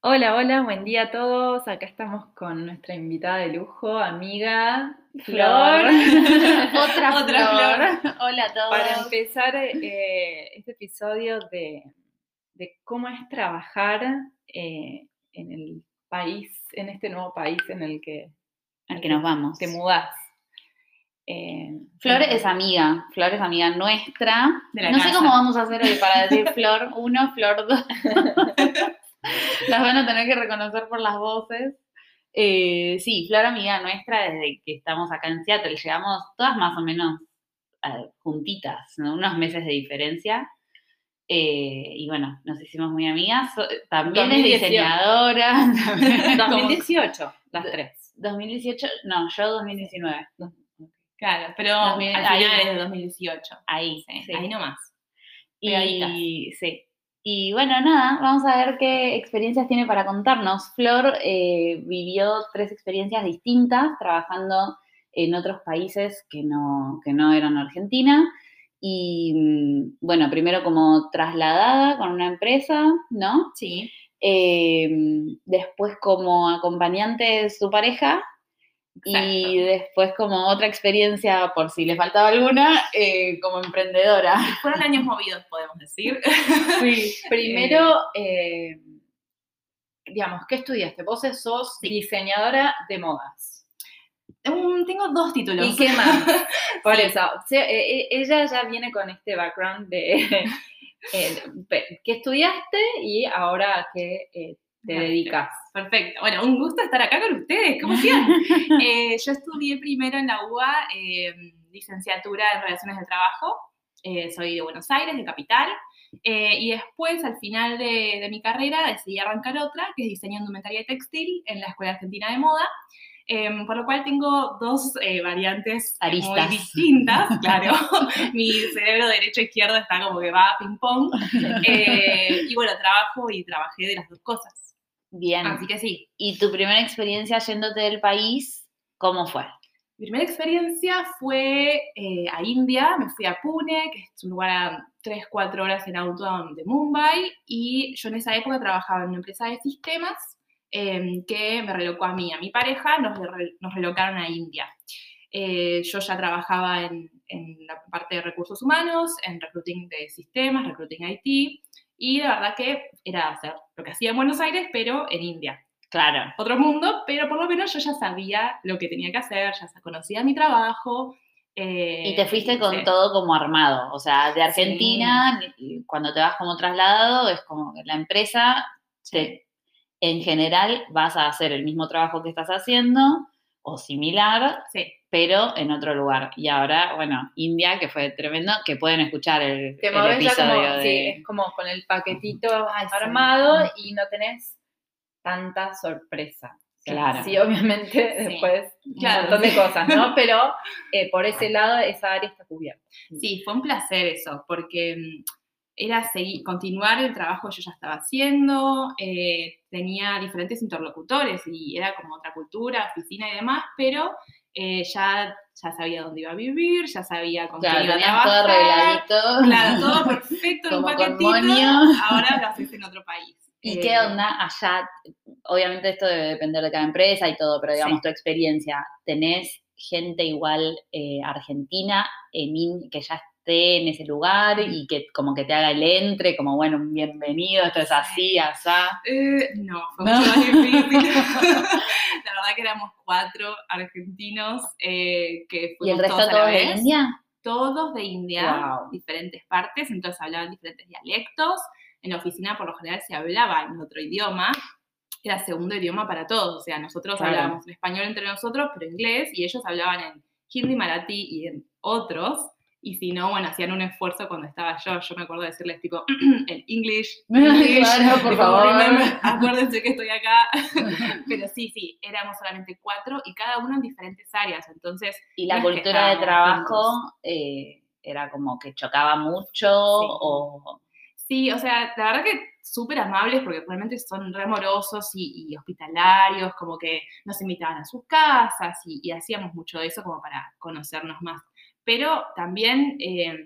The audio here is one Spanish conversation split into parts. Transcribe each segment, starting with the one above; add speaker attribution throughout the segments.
Speaker 1: Hola, hola, buen día a todos. Acá estamos con nuestra invitada de lujo, amiga Flor.
Speaker 2: Otra
Speaker 1: Otra Flor.
Speaker 2: flor. Hola a
Speaker 1: Para
Speaker 2: todos.
Speaker 1: empezar este episodio de cómo es trabajar en el país, en este nuevo país
Speaker 2: Al
Speaker 1: al
Speaker 2: que nos
Speaker 1: que te
Speaker 2: vamos.
Speaker 1: mudás.
Speaker 2: Flor
Speaker 1: Bueno,
Speaker 2: Flor es amiga nuestra.
Speaker 1: de la
Speaker 2: No sé cómo
Speaker 1: casa.
Speaker 2: vamos a hacer hoy para decir Flor uno, Flor 2. Las van a tener que reconocer por las voces. Sí, Flor amiga nuestra desde que estamos acá en Seattle. Llegamos todas más o menos juntitas, ¿no? Unos meses de diferencia. Y bueno, nos hicimos muy amigas. También es
Speaker 1: 2018.
Speaker 2: diseñadora. Como
Speaker 1: 2018, las tres.
Speaker 2: 2018, no, yo 2019.
Speaker 1: Claro, pero al
Speaker 2: Ahí,
Speaker 1: final es de 2018.
Speaker 2: ahí,
Speaker 1: Sí, ahí
Speaker 2: sí.
Speaker 1: nomás. Pegaditas.
Speaker 2: Y sí. Y bueno, nada, vamos a ver qué experiencias tiene para contarnos. Flor vivió 3 experiencias distintas trabajando en otros países que no eran Argentina. Y bueno, primero como trasladada con una empresa, ¿no?
Speaker 1: Sí,
Speaker 2: Eh, Después como acompañante de su pareja
Speaker 1: exacto.
Speaker 2: y después como otra experiencia, por si le faltaba alguna, como emprendedora.
Speaker 1: Fueron años movidos, podemos decir.
Speaker 2: Sí.
Speaker 1: Primero, digamos, ¿qué estudiaste? Vos sos
Speaker 2: Sí.
Speaker 1: diseñadora de modas.
Speaker 2: Tengo 2 títulos.
Speaker 1: ¿Y qué más? Por
Speaker 2: Sí.
Speaker 1: eso, ella ya viene con este background de qué estudiaste y ahora a qué te dedicas.
Speaker 2: Perfecto. Bueno, un gusto estar acá con ustedes. ¿Cómo están? Yo estudié primero en la UBA licenciatura en Relaciones de Trabajo. Soy de Buenos Aires, de Capital. Y después, al final de mi carrera, decidí arrancar otra, que es diseño indumentaria y textil en la Escuela Argentina de Moda. Por lo cual tengo dos variantes Aristas
Speaker 1: muy distintas, claro. Mi cerebro derecho e izquierdo está como que va ping-pong. Y bueno, trabajo y trabajé de las dos cosas.
Speaker 2: Bien.
Speaker 1: Así que sí.
Speaker 2: ¿Y tu primera experiencia yéndote del país, cómo fue?
Speaker 1: Mi primera experiencia fue a India, me fui a Pune, que es un lugar a 3, 4 horas en auto de Mumbai, y yo en esa época trabajaba en una empresa de sistemas que me relocó a mí, a mi pareja, nos relocaron a India. Yo ya trabajaba en la parte de recursos humanos, en recruiting de sistemas, recruiting IT, y la verdad que era hacer lo que hacía en Buenos Aires, pero en India.
Speaker 2: Claro.
Speaker 1: Otro mundo, pero por lo menos yo ya sabía lo que tenía que hacer, ya conocía mi trabajo.
Speaker 2: Y te fuiste con
Speaker 1: Sí.
Speaker 2: todo como armado, o sea, de
Speaker 1: Sí,
Speaker 2: Argentina, cuando te vas como trasladado, es como que la empresa,
Speaker 1: sí.
Speaker 2: en general, vas a hacer el mismo trabajo que estás haciendo, o similar,
Speaker 1: Sí.
Speaker 2: pero en otro lugar. Y ahora, bueno, India, que fue tremendo, que pueden escuchar
Speaker 1: Te
Speaker 2: el
Speaker 1: mueves ya como,
Speaker 2: episodio
Speaker 1: sí, es
Speaker 2: de...
Speaker 1: como con el paquetito
Speaker 2: Ay, sí.
Speaker 1: armado y no tenés tanta sorpresa. O sea,
Speaker 2: Claro.
Speaker 1: sí, obviamente,
Speaker 2: Sí.
Speaker 1: después un
Speaker 2: Claro,
Speaker 1: montón de
Speaker 2: sí.
Speaker 1: cosas, ¿no? Pero por ese lado, esa área está cubierta.
Speaker 2: Sí, fue un placer eso, porque era continuar el trabajo que yo ya estaba haciendo, tenía diferentes interlocutores y era como otra cultura, oficina y demás, pero ya sabía dónde iba a vivir, ya sabía con quién iba a
Speaker 1: Tenías todo
Speaker 2: trabajar,
Speaker 1: arregladito.
Speaker 2: claro, todo perfecto en un
Speaker 1: Como con
Speaker 2: paquetito,
Speaker 1: moño.
Speaker 2: ahora lo haces en otro país.
Speaker 1: ¿Y qué onda allá?
Speaker 2: Obviamente esto debe depender de cada empresa y todo, pero digamos
Speaker 1: Sí.
Speaker 2: tu experiencia, ¿tenés gente igual argentina que ya esté en ese lugar y que como que te haga el entre, como bueno, un bienvenido, esto es así, asá?
Speaker 1: No, fue mucho más difícil. La verdad que éramos 4 argentinos que
Speaker 2: ¿Y el
Speaker 1: fuimos todos
Speaker 2: resto
Speaker 1: a la
Speaker 2: todos de
Speaker 1: vez.
Speaker 2: India?
Speaker 1: Todos de India,
Speaker 2: Wow.
Speaker 1: diferentes partes, entonces hablaban diferentes dialectos. En la oficina por lo general se hablaba en otro idioma, era segundo idioma para todos, o sea, nosotros
Speaker 2: Claro.
Speaker 1: hablábamos en español entre nosotros, pero inglés, y ellos hablaban en hindi, marathi y en otros, y si no, bueno, hacían un esfuerzo cuando estaba yo me acuerdo de decirles tipo, en English,
Speaker 2: Claro, por
Speaker 1: tipo,
Speaker 2: favor.
Speaker 1: remember, acuérdense que estoy acá, pero sí, éramos solamente 4 y cada uno en diferentes áreas, entonces
Speaker 2: ¿Y
Speaker 1: no
Speaker 2: la
Speaker 1: es que
Speaker 2: cultura de
Speaker 1: estábamos
Speaker 2: trabajo
Speaker 1: juntos.
Speaker 2: era como que chocaba mucho
Speaker 1: Sí.
Speaker 2: o...
Speaker 1: Sí, o sea, la verdad que súper amables porque realmente son re amorosos y hospitalarios, como que nos invitaban a sus casas y hacíamos mucho de eso como para conocernos más. Pero también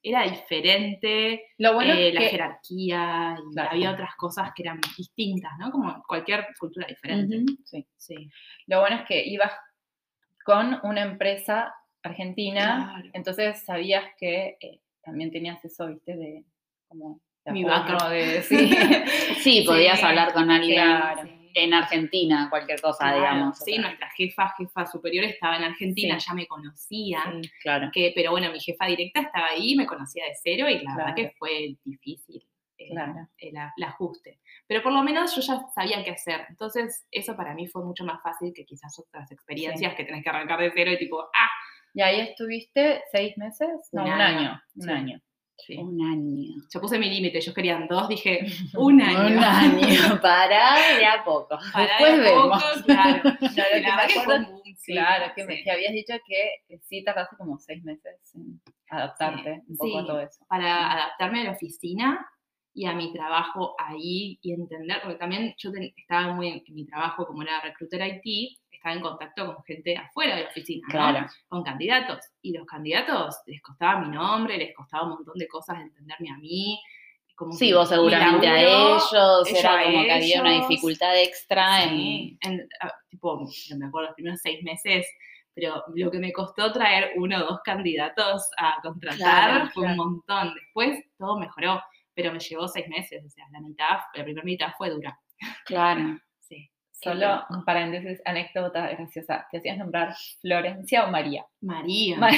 Speaker 1: era diferente,
Speaker 2: Lo bueno
Speaker 1: la
Speaker 2: que...
Speaker 1: jerarquía, y
Speaker 2: Claro.
Speaker 1: había otras cosas que eran distintas, ¿no? Como cualquier cultura diferente.
Speaker 2: Sí.
Speaker 1: Sí.
Speaker 2: Lo bueno es que ibas con una empresa argentina,
Speaker 1: Claro.
Speaker 2: entonces sabías que también tenías eso, ¿viste? De como de
Speaker 1: Mi
Speaker 2: apoyo,
Speaker 1: backup.
Speaker 2: de sí.
Speaker 3: Sí, podías
Speaker 1: Sí,
Speaker 3: hablar con alguien
Speaker 2: claro.
Speaker 3: en Argentina, cualquier cosa,
Speaker 1: Claro,
Speaker 3: digamos.
Speaker 1: sí, nuestra jefa superior estaba en Argentina,
Speaker 2: Sí.
Speaker 1: ya me conocía,
Speaker 2: Sí.
Speaker 3: Claro.
Speaker 1: pero bueno, mi jefa directa estaba ahí, me conocía de cero y la verdad
Speaker 2: Claro.
Speaker 1: que fue difícil
Speaker 2: Claro.
Speaker 1: el ajuste. Pero por lo menos yo ya sabía qué hacer, entonces eso para mí fue mucho más fácil que quizás otras experiencias que tenés que arrancar de cero y tipo,
Speaker 2: ¿Y ahí estuviste 6 meses? No, un año.
Speaker 1: Sí. Sí.
Speaker 3: Un año.
Speaker 1: Yo puse mi límite, ellos querían 2, dije, un año.
Speaker 3: Un año, para de a poco.
Speaker 1: Para
Speaker 3: Después
Speaker 1: de a poco,
Speaker 3: vemos.
Speaker 1: claro.
Speaker 2: No, lo
Speaker 1: Y
Speaker 2: que
Speaker 1: la verdad
Speaker 2: me
Speaker 1: que fue
Speaker 2: acuerdo,
Speaker 1: un boom, sí,
Speaker 2: claro,
Speaker 1: sí.
Speaker 2: que habías dicho que sí tardaste como 6 meses en adaptarte un poco a todo eso.
Speaker 1: Para adaptarme a la oficina y a mi trabajo ahí y entender, porque también yo estaba muy en mi trabajo como era recruiter IT, estaba en contacto con gente afuera de la oficina,
Speaker 3: Claro.
Speaker 1: ¿no? Con candidatos. Y los candidatos les costaba mi nombre, les costaba un montón de cosas entenderme a mí. Como
Speaker 3: Sí,
Speaker 1: que
Speaker 3: vos seguramente
Speaker 1: mi
Speaker 3: a
Speaker 1: laburo,
Speaker 3: ellos, era
Speaker 1: a
Speaker 3: como que había una
Speaker 1: ellos.
Speaker 3: dificultad extra
Speaker 1: Sí, tipo, no me acuerdo, los primeros 6 meses, pero lo que me costó traer 1 o 2 candidatos a contratar fue un montón. Después todo mejoró, pero me llevó 6 meses, o sea, la primera mitad fue dura.
Speaker 3: Claro.
Speaker 1: Sí.
Speaker 2: Solo un paréntesis, anécdota graciosa. ¿Te hacías nombrar Florencia o María?
Speaker 1: María.
Speaker 3: Mal.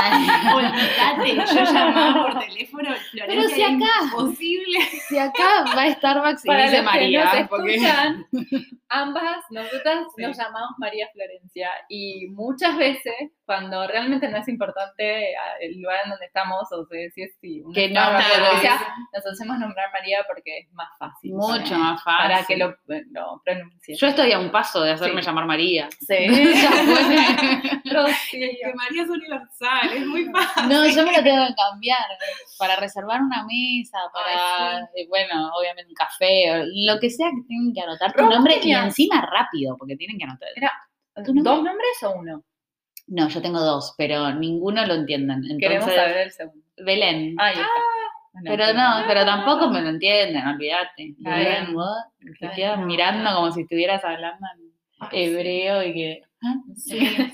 Speaker 1: Olvídate, yo llamaba por teléfono, Florencia,
Speaker 3: Pero si
Speaker 1: era
Speaker 3: acá-
Speaker 1: imposible.
Speaker 3: Si acá va a Starbucks y
Speaker 2: Para
Speaker 3: dice
Speaker 2: los que
Speaker 3: María,
Speaker 2: nos
Speaker 3: porque
Speaker 2: escuchan, ambas, nosotras
Speaker 1: Sí.
Speaker 2: nos llamamos María Florencia y muchas veces, cuando realmente no es importante el lugar en donde estamos o si es un
Speaker 3: Que no,
Speaker 2: Starbucks o lo que sea,
Speaker 1: sí.
Speaker 2: nos hacemos nombrar María porque es más fácil.
Speaker 3: mucho
Speaker 2: para-
Speaker 3: más fácil.
Speaker 2: Para que lo pronuncies.
Speaker 3: Yo estoy a un paso de hacerme
Speaker 2: Sí.
Speaker 3: llamar María.
Speaker 2: Sí.
Speaker 3: Ya fue.
Speaker 2: Rocío.
Speaker 1: Que María es universal, es muy fácil.
Speaker 3: No, yo me lo tengo que cambiar para reservar una mesa, para,
Speaker 1: Ay,
Speaker 3: bueno, obviamente un café, o lo que sea que tienen que anotar tu
Speaker 2: Pero vos
Speaker 3: nombre y
Speaker 2: tenías-
Speaker 3: encima rápido, porque tienen que anotar. ¿Tu nombre?
Speaker 2: ¿2 nombres o 1?
Speaker 3: No, yo tengo 2, pero ninguno lo entienden. Entonces,
Speaker 2: Queremos saber el segundo.
Speaker 3: Belén.
Speaker 2: Ahí está. Bueno,
Speaker 3: Pero no, pero tampoco me lo entienden, olvídate.
Speaker 2: Claro.
Speaker 3: Belén, what? Te
Speaker 2: Claro.
Speaker 3: quedan
Speaker 1: No,
Speaker 3: mirando
Speaker 1: claro.
Speaker 3: como si estuvieras hablando en hebreo y que... ¿ah?
Speaker 1: Sí.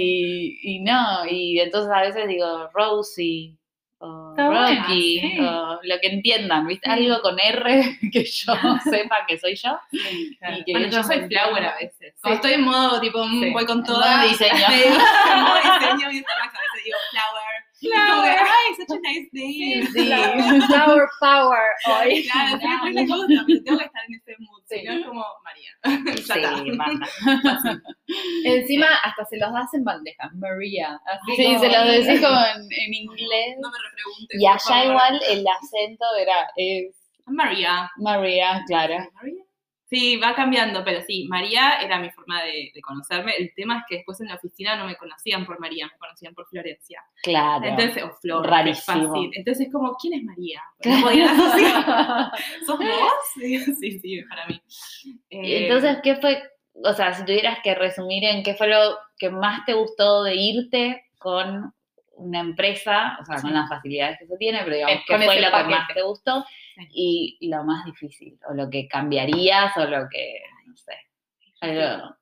Speaker 3: Y no, y entonces a veces digo Rosie o
Speaker 2: Está bueno,
Speaker 3: Rocky
Speaker 2: sí.
Speaker 3: o lo que entiendan, ¿viste?
Speaker 2: Sí.
Speaker 3: Algo con R que yo sepa que soy yo.
Speaker 2: Claro.
Speaker 3: Y que
Speaker 1: Bueno, yo
Speaker 3: ellos
Speaker 1: soy
Speaker 3: me
Speaker 1: flower
Speaker 3: entiendan.
Speaker 1: a veces. Cuando estoy en modo, tipo,
Speaker 2: Sí.
Speaker 1: voy con
Speaker 3: En
Speaker 1: toda.
Speaker 3: modo diseño.
Speaker 1: En modo diseño, y a veces digo flower. Como que, ay, such a nice name.
Speaker 3: Sí.
Speaker 2: Flower power hoy.
Speaker 1: Claro, sí, después me gusta, pero tengo que estar en ese mood.
Speaker 2: Sí.
Speaker 1: Si no es como María. Ya está.
Speaker 3: Sí, basta.
Speaker 2: Encima hasta se los das en bandeja. María. Así
Speaker 3: Sí,
Speaker 2: como-
Speaker 3: se los decís como en inglés.
Speaker 1: No me repreguntes.
Speaker 3: Y
Speaker 1: por
Speaker 3: allá
Speaker 1: favor.
Speaker 3: igual el acento es
Speaker 1: María.
Speaker 3: María, claro.
Speaker 1: ¿María? Sí, va cambiando, pero sí, María era mi forma de conocerme. El tema es que después en la oficina no me conocían por María, me conocían por Florencia.
Speaker 3: Claro.
Speaker 1: Entonces, o Flor,
Speaker 3: Rarísimo.
Speaker 1: que es fácil. Entonces, como, ¿quién es María? Porque no podían asociar. ¿Sos vos? Sí, para mí.
Speaker 3: Y entonces, ¿qué fue? O sea, si tuvieras que resumir en qué fue lo que más te gustó de irte con una empresa, o sea, con
Speaker 1: Sí.
Speaker 3: las facilidades que se tiene, pero digamos, ¿qué
Speaker 2: Con
Speaker 3: fue
Speaker 2: ese
Speaker 3: lo
Speaker 2: paquete.
Speaker 3: que más te gustó?
Speaker 1: Sí.
Speaker 3: Y lo más difícil, o lo que cambiarías, o lo que, no sé. Algo,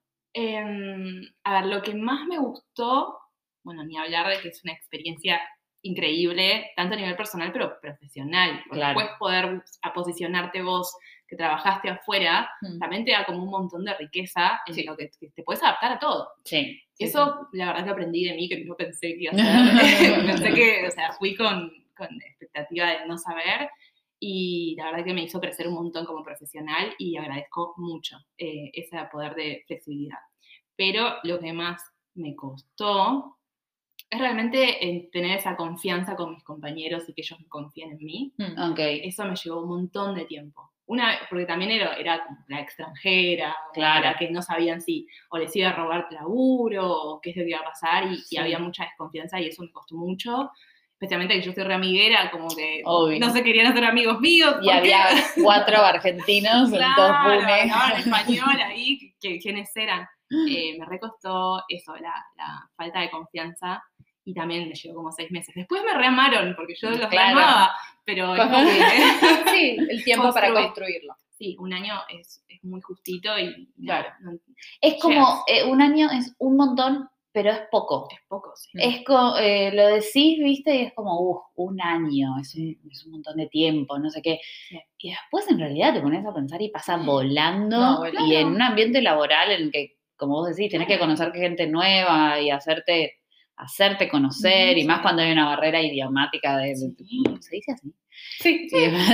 Speaker 1: A ver, lo que más me gustó, bueno, ni hablar de que es una experiencia increíble, tanto a nivel personal, pero profesional. Porque
Speaker 3: Claro.
Speaker 1: después poder posicionarte vos, que trabajaste afuera,
Speaker 2: Mm.
Speaker 1: también te da como un montón de riqueza en
Speaker 2: Sí.
Speaker 1: lo que te puedes adaptar a todo.
Speaker 3: sí.
Speaker 1: Eso, la verdad que aprendí de mí, que no pensé que iba a ser. Pensé que, o sea, fui con expectativa de no saber, y la verdad que me hizo crecer un montón como profesional y agradezco mucho ese poder de flexibilidad. Pero lo que más me costó es realmente tener esa confianza con mis compañeros y que ellos confíen en mí.
Speaker 2: Mm.
Speaker 3: Ok.
Speaker 1: Eso me llevó un montón de tiempo. Porque también era como la extranjera, o
Speaker 3: Claro.
Speaker 1: la que no sabían si o les iba a robar laburo o qué es lo que iba a pasar, y
Speaker 3: Sí.
Speaker 1: había mucha desconfianza y eso me costó mucho. Especialmente que yo soy re amiguera, como que
Speaker 3: Obvio.
Speaker 1: no se querían hacer amigos míos.
Speaker 3: Y había 4 argentinos en dos
Speaker 1: Claro,
Speaker 3: punes.
Speaker 1: hablaban español ahí, ¿quiénes eran? Me recostó eso, la falta de confianza, y también me llevó como 6 meses. Después me reamaron, porque yo los
Speaker 3: Claro.
Speaker 1: reamaba, pero es como que,
Speaker 2: Sí, el tiempo para
Speaker 1: Construir.
Speaker 2: construirlo.
Speaker 1: sí, un año es muy justito y
Speaker 2: Claro.
Speaker 3: Es como, un año es un montón, pero es poco.
Speaker 1: es poco, sí.
Speaker 3: Es como, lo decís, viste, y es como, un año, es un montón de tiempo, no sé qué.
Speaker 1: Sí.
Speaker 3: Y después en realidad te pones a pensar y pasa volando.
Speaker 2: No, bueno,
Speaker 3: y en
Speaker 1: claro.
Speaker 3: un ambiente laboral en el que, como vos decís, tenés que conocer gente nueva y hacerte conocer, y
Speaker 1: Sí.
Speaker 3: más cuando hay una barrera idiomática
Speaker 1: Sí.
Speaker 3: ¿se dice así?
Speaker 2: Sí,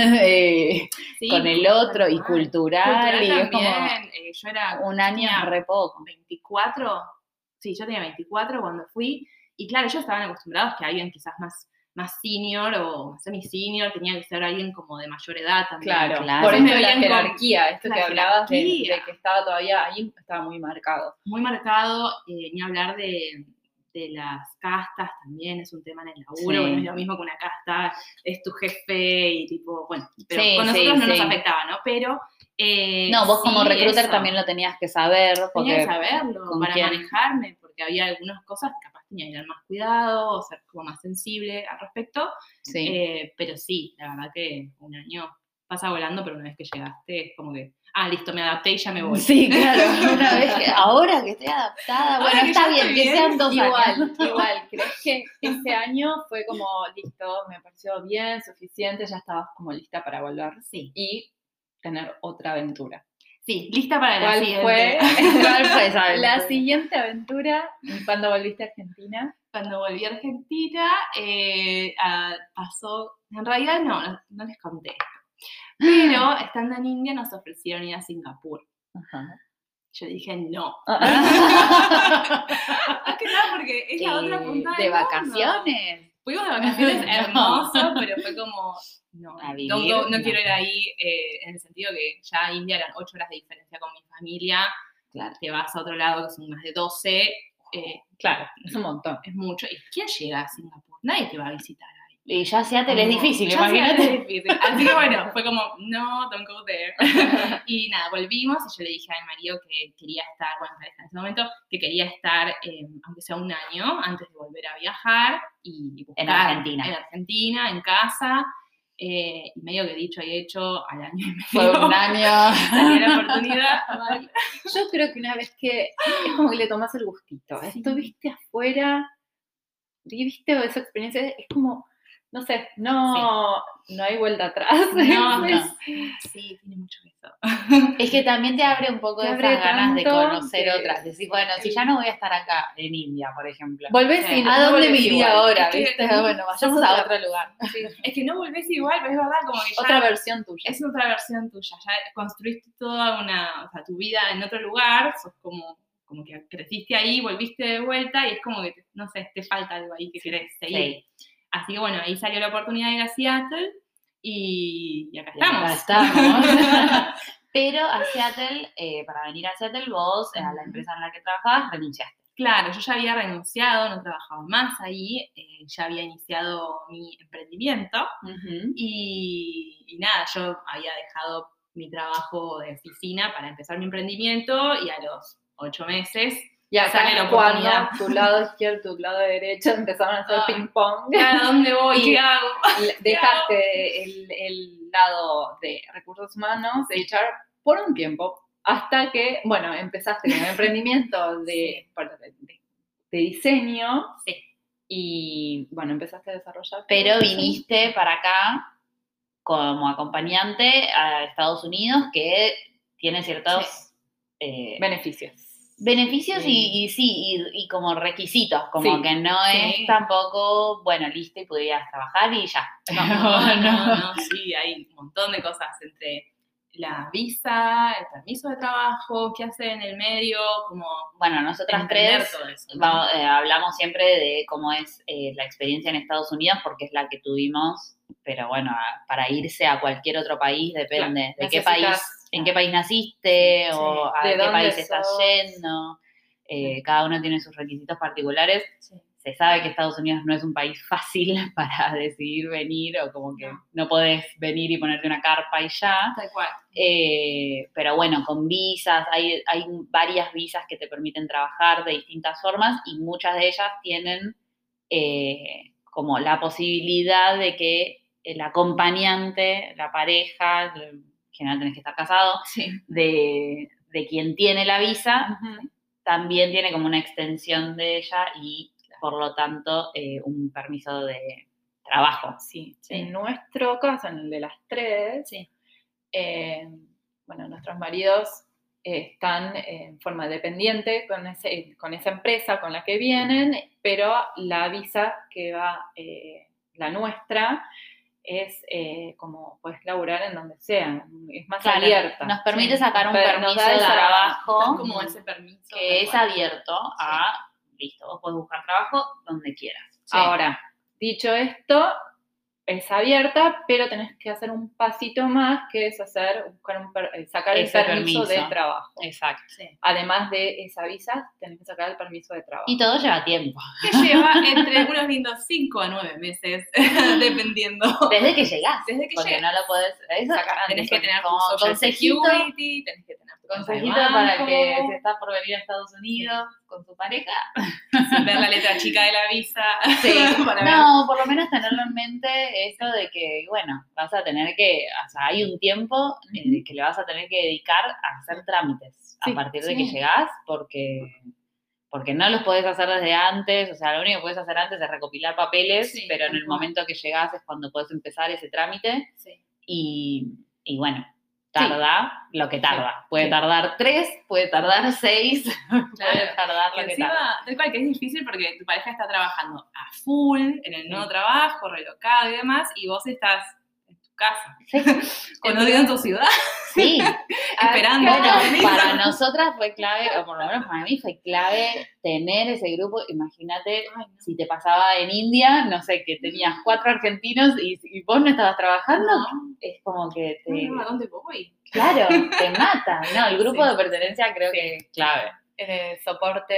Speaker 1: Sí,
Speaker 3: Con el otro, y
Speaker 1: tal cual.
Speaker 3: cultural, y es como
Speaker 1: también. Yo era
Speaker 3: un año
Speaker 1: tenía
Speaker 3: es re poco.
Speaker 1: 24, sí, yo tenía 24 cuando fui, y claro, ellos estaban acostumbrados que alguien quizás más senior o más semi-senior tenía que ser alguien como de mayor edad también.
Speaker 2: claro.
Speaker 3: Claro.
Speaker 2: Por
Speaker 1: Entonces
Speaker 2: eso
Speaker 1: me
Speaker 2: la
Speaker 1: veían con
Speaker 2: jerarquía, esto
Speaker 1: la
Speaker 2: que hablabas de
Speaker 1: jerarquía.
Speaker 2: que estaba todavía ahí, estaba muy marcado.
Speaker 1: Muy marcado, ni hablar de las castas también, es un tema en el laburo,
Speaker 3: Sí.
Speaker 1: porque no es lo mismo que una casta es tu jefe y tipo, bueno, pero
Speaker 3: Sí,
Speaker 1: con
Speaker 3: sí,
Speaker 1: nosotros no nos
Speaker 3: sí.
Speaker 1: afectaba, ¿no? Pero
Speaker 3: No, vos como
Speaker 1: sí,
Speaker 3: recruiter
Speaker 1: eso.
Speaker 3: también lo tenías que saber. Porque
Speaker 1: Tenía que saberlo
Speaker 3: ¿con
Speaker 1: para
Speaker 3: quién?
Speaker 1: manejarme, porque había algunas cosas que capaz tenía que tener más cuidado o ser como más sensible al respecto.
Speaker 3: Sí.
Speaker 1: Pero sí, la verdad que un año pasa volando, pero una vez que llegaste es como que, listo, me adapté y ya me voy.
Speaker 3: Sí, claro. Una vez que, ahora que estoy adaptada,
Speaker 1: Ahora
Speaker 3: bueno,
Speaker 1: que
Speaker 3: está
Speaker 1: ya
Speaker 3: bien,
Speaker 1: estoy
Speaker 3: que
Speaker 1: bien,
Speaker 3: sean 2 años.
Speaker 2: Igual, ¿crees que ese año fue como, listo, me pareció bien, suficiente, ya estabas como lista para volver
Speaker 1: Sí,
Speaker 2: y tener otra aventura?
Speaker 1: sí, lista para la
Speaker 2: ¿Cuál
Speaker 1: siguiente.
Speaker 2: fue?
Speaker 3: ¿Cuál fue esa aventura?
Speaker 2: La siguiente aventura cuando volviste a Argentina?
Speaker 1: Cuando volví a Argentina, pasó, en realidad no les conté esto, pero estando en India nos ofrecieron ir a Singapur.
Speaker 3: Ajá.
Speaker 1: Yo dije, no.
Speaker 3: Ah.
Speaker 1: Más que nada porque es la otra punta
Speaker 3: ¿De
Speaker 1: del mundo.
Speaker 3: vacaciones?
Speaker 1: Fuimos de vacaciones
Speaker 3: No.
Speaker 1: hermoso, pero fue como, no,
Speaker 3: A vivir,
Speaker 1: don't go, no
Speaker 3: no.
Speaker 1: quiero ir ahí, en el sentido que ya India eran 8 horas de diferencia con mi familia,
Speaker 3: Claro.
Speaker 1: te vas a otro lado que son más de 12,
Speaker 2: Claro, es un montón.
Speaker 1: es mucho. ¿Y quién llega a Singapur? Nadie te va a visitar ahí.
Speaker 3: Y ya Seattle es
Speaker 1: Como,
Speaker 3: difícil,
Speaker 1: ya Seattle
Speaker 3: imagínate.
Speaker 1: es difícil. Así que bueno, fue como, no, don't go there. Y nada, volvimos y yo le dije a mi marido que quería estar, bueno, pareja en ese momento, que quería estar, aunque sea un año, antes de volver a viajar y buscar
Speaker 3: En Argentina.
Speaker 1: En Argentina, en casa. Y medio que dicho y hecho, al año y medio.
Speaker 3: Fue un año.
Speaker 1: Salió la oportunidad. Vale.
Speaker 2: Yo creo que una vez que es como que le tomas el gustito.
Speaker 1: Sí.
Speaker 2: Estuviste afuera, viviste esa experiencia, es como, no sé, no hay vuelta atrás.
Speaker 1: No,
Speaker 2: Es-
Speaker 1: sí, tiene mucho eso.
Speaker 3: Es que también te abre un poco
Speaker 2: Te
Speaker 3: de
Speaker 2: abre
Speaker 3: esas ganas de
Speaker 2: tanto
Speaker 3: conocer
Speaker 2: que-
Speaker 3: otras. Decir, bueno, si ya no voy a estar acá en India, por ejemplo.
Speaker 2: Volvés
Speaker 1: Sí.
Speaker 2: y no
Speaker 3: ¿A dónde
Speaker 2: volvés
Speaker 3: me iría
Speaker 2: igual.
Speaker 3: ahora?
Speaker 1: Es que
Speaker 3: ¿Viste? Bueno,
Speaker 2: sos
Speaker 3: vayamos a
Speaker 2: otra-
Speaker 3: otro lugar.
Speaker 1: Es que no volvés igual, pero es verdad, como que ya
Speaker 2: Otra versión tuya.
Speaker 1: es otra versión tuya. Ya construiste toda tu vida en otro lugar, sos como que creciste ahí, volviste de vuelta y es como que, no sé, te falta algo ahí que querés seguir.
Speaker 3: Sí.
Speaker 1: Así que bueno, ahí salió la oportunidad de ir a Seattle y acá
Speaker 3: Y acá
Speaker 1: estamos.
Speaker 3: estamos. Pero a Seattle, para venir a Seattle, vos, a la empresa en la que trabajabas, renunciaste.
Speaker 1: Claro, yo ya había renunciado, no trabajaba más ahí, ya había iniciado mi emprendimiento y nada, yo había dejado mi trabajo de oficina para empezar mi emprendimiento y a los 8 meses
Speaker 2: Y acá
Speaker 1: sale la
Speaker 2: es cuando
Speaker 1: oportunidad.
Speaker 2: tu lado izquierdo, tu lado derecho empezaron a hacer
Speaker 1: Ah.
Speaker 2: ping pong.
Speaker 1: ¿A dónde voy?
Speaker 2: Y-
Speaker 1: ¿Qué hago?
Speaker 2: Dejaste el lado de recursos humanos, de HR, por un tiempo, hasta que, bueno, empezaste con el emprendimiento de diseño.
Speaker 1: Sí.
Speaker 2: Y, bueno, empezaste a desarrollar.
Speaker 3: Pero viniste para acá como acompañante a Estados Unidos, que tiene ciertos
Speaker 2: beneficios.
Speaker 3: beneficios
Speaker 2: Sí.
Speaker 3: y como requisitos, como
Speaker 2: Sí.
Speaker 3: que no
Speaker 1: Sí.
Speaker 3: es tampoco, bueno, listo y podías trabajar y ya.
Speaker 1: No, sí, hay un montón de cosas entre la visa, el permiso de trabajo, qué hacer en el medio, como
Speaker 3: Bueno, nosotras
Speaker 1: entender
Speaker 3: tres
Speaker 1: todo eso, ¿no?
Speaker 3: hablamos siempre de cómo es la experiencia en Estados Unidos, porque es la que tuvimos, pero bueno, para irse a cualquier otro país depende
Speaker 2: Claro,
Speaker 3: de qué país, en qué país naciste
Speaker 1: Sí,
Speaker 3: o a
Speaker 2: de
Speaker 3: qué
Speaker 2: dónde
Speaker 3: país estás
Speaker 2: sos.
Speaker 3: yendo. Cada uno tiene sus requisitos particulares.
Speaker 1: Sí.
Speaker 3: Se sabe que Estados Unidos no es un país fácil para decidir venir, o como que no podés venir y ponerte una carpa y ya.
Speaker 1: Tal cual.
Speaker 3: Pero bueno, con visas, hay varias visas que te permiten trabajar de distintas formas y muchas de ellas tienen como la posibilidad de que el acompañante, la pareja, en general tenés que estar casado,
Speaker 2: Sí.
Speaker 3: de quien tiene la visa,
Speaker 1: Ujú.
Speaker 3: también tiene como una extensión de ella y, por lo tanto, un permiso de trabajo.
Speaker 1: Sí.
Speaker 2: En nuestro caso, en el de las tres,
Speaker 1: Sí.
Speaker 2: bueno, nuestros maridos están en forma dependiente con esa empresa con la que vienen, pero la visa que va, la nuestra, es como puedes laburar en donde sea, es más
Speaker 3: Claro,
Speaker 2: abierta.
Speaker 3: nos permite
Speaker 2: Sí.
Speaker 3: sacar un
Speaker 2: Nos
Speaker 3: permiso
Speaker 2: da
Speaker 3: de
Speaker 2: esa-
Speaker 3: trabajo
Speaker 1: Es como ese permiso.
Speaker 3: que es
Speaker 1: tal cual.
Speaker 3: abierto a, listo, vos podés buscar trabajo donde quieras.
Speaker 1: Sí.
Speaker 2: Ahora, dicho esto, es abierta, pero tenés que hacer un pasito más, que es sacar el
Speaker 3: Ese
Speaker 2: permiso de
Speaker 3: permiso.
Speaker 2: trabajo.
Speaker 3: Exacto.
Speaker 1: Sí.
Speaker 2: Además de esa visa, tenés que sacar el permiso de trabajo.
Speaker 3: Y todo lleva tiempo.
Speaker 1: Que lleva entre unos lindos 5 a 9 meses, dependiendo.
Speaker 3: Desde que llegás.
Speaker 1: Desde que
Speaker 3: porque
Speaker 1: llegas.
Speaker 3: no lo podés sacar antes.
Speaker 1: Tenés que tener tu
Speaker 3: como
Speaker 1: social
Speaker 3: consejito,
Speaker 1: security, tenés que tener tu cuenta de
Speaker 3: consejito para el
Speaker 1: banco,
Speaker 3: que se está por venir a Estados Unidos con su pareja.
Speaker 1: ver la letra chica de la visa.
Speaker 3: Sí,
Speaker 1: para ver.
Speaker 3: no, por lo menos tenerlo en mente eso de que, bueno, vas a tener que, o sea, hay un tiempo que le vas a tener que dedicar a hacer trámites
Speaker 2: Sí,
Speaker 3: a partir de
Speaker 1: sí.
Speaker 3: que llegás, porque no los podés hacer desde antes, o sea, lo único que podés hacer antes es recopilar papeles,
Speaker 1: Sí,
Speaker 3: pero en
Speaker 1: tal
Speaker 3: el
Speaker 1: cual.
Speaker 3: momento que llegás es cuando podés empezar ese trámite
Speaker 1: Sí.
Speaker 3: y bueno, tarda lo que tarda. Puede
Speaker 2: Sí.
Speaker 3: tardar 3, puede tardar 6, puede tardar
Speaker 1: Y
Speaker 3: lo que tarda.
Speaker 1: encima, tal cual que es difícil porque tu pareja está trabajando a full en el nuevo trabajo, relocado y demás, y vos estás en tu casa, conocido en tu ciudad,
Speaker 3: Sí,
Speaker 1: esperando.
Speaker 3: bueno,
Speaker 1: permiso.
Speaker 3: para nosotras fue clave, o por lo menos para mí fue clave tener ese grupo. Imagínate
Speaker 1: Ay, no.
Speaker 3: si te pasaba en India, no sé, que tenías 4 argentinos y vos no estabas trabajando,
Speaker 1: No.
Speaker 3: es como que
Speaker 1: No, ¿a dónde voy?
Speaker 3: claro, te mata. No, el grupo
Speaker 1: Sí.
Speaker 3: de pertenencia creo que es clave.
Speaker 2: Soporte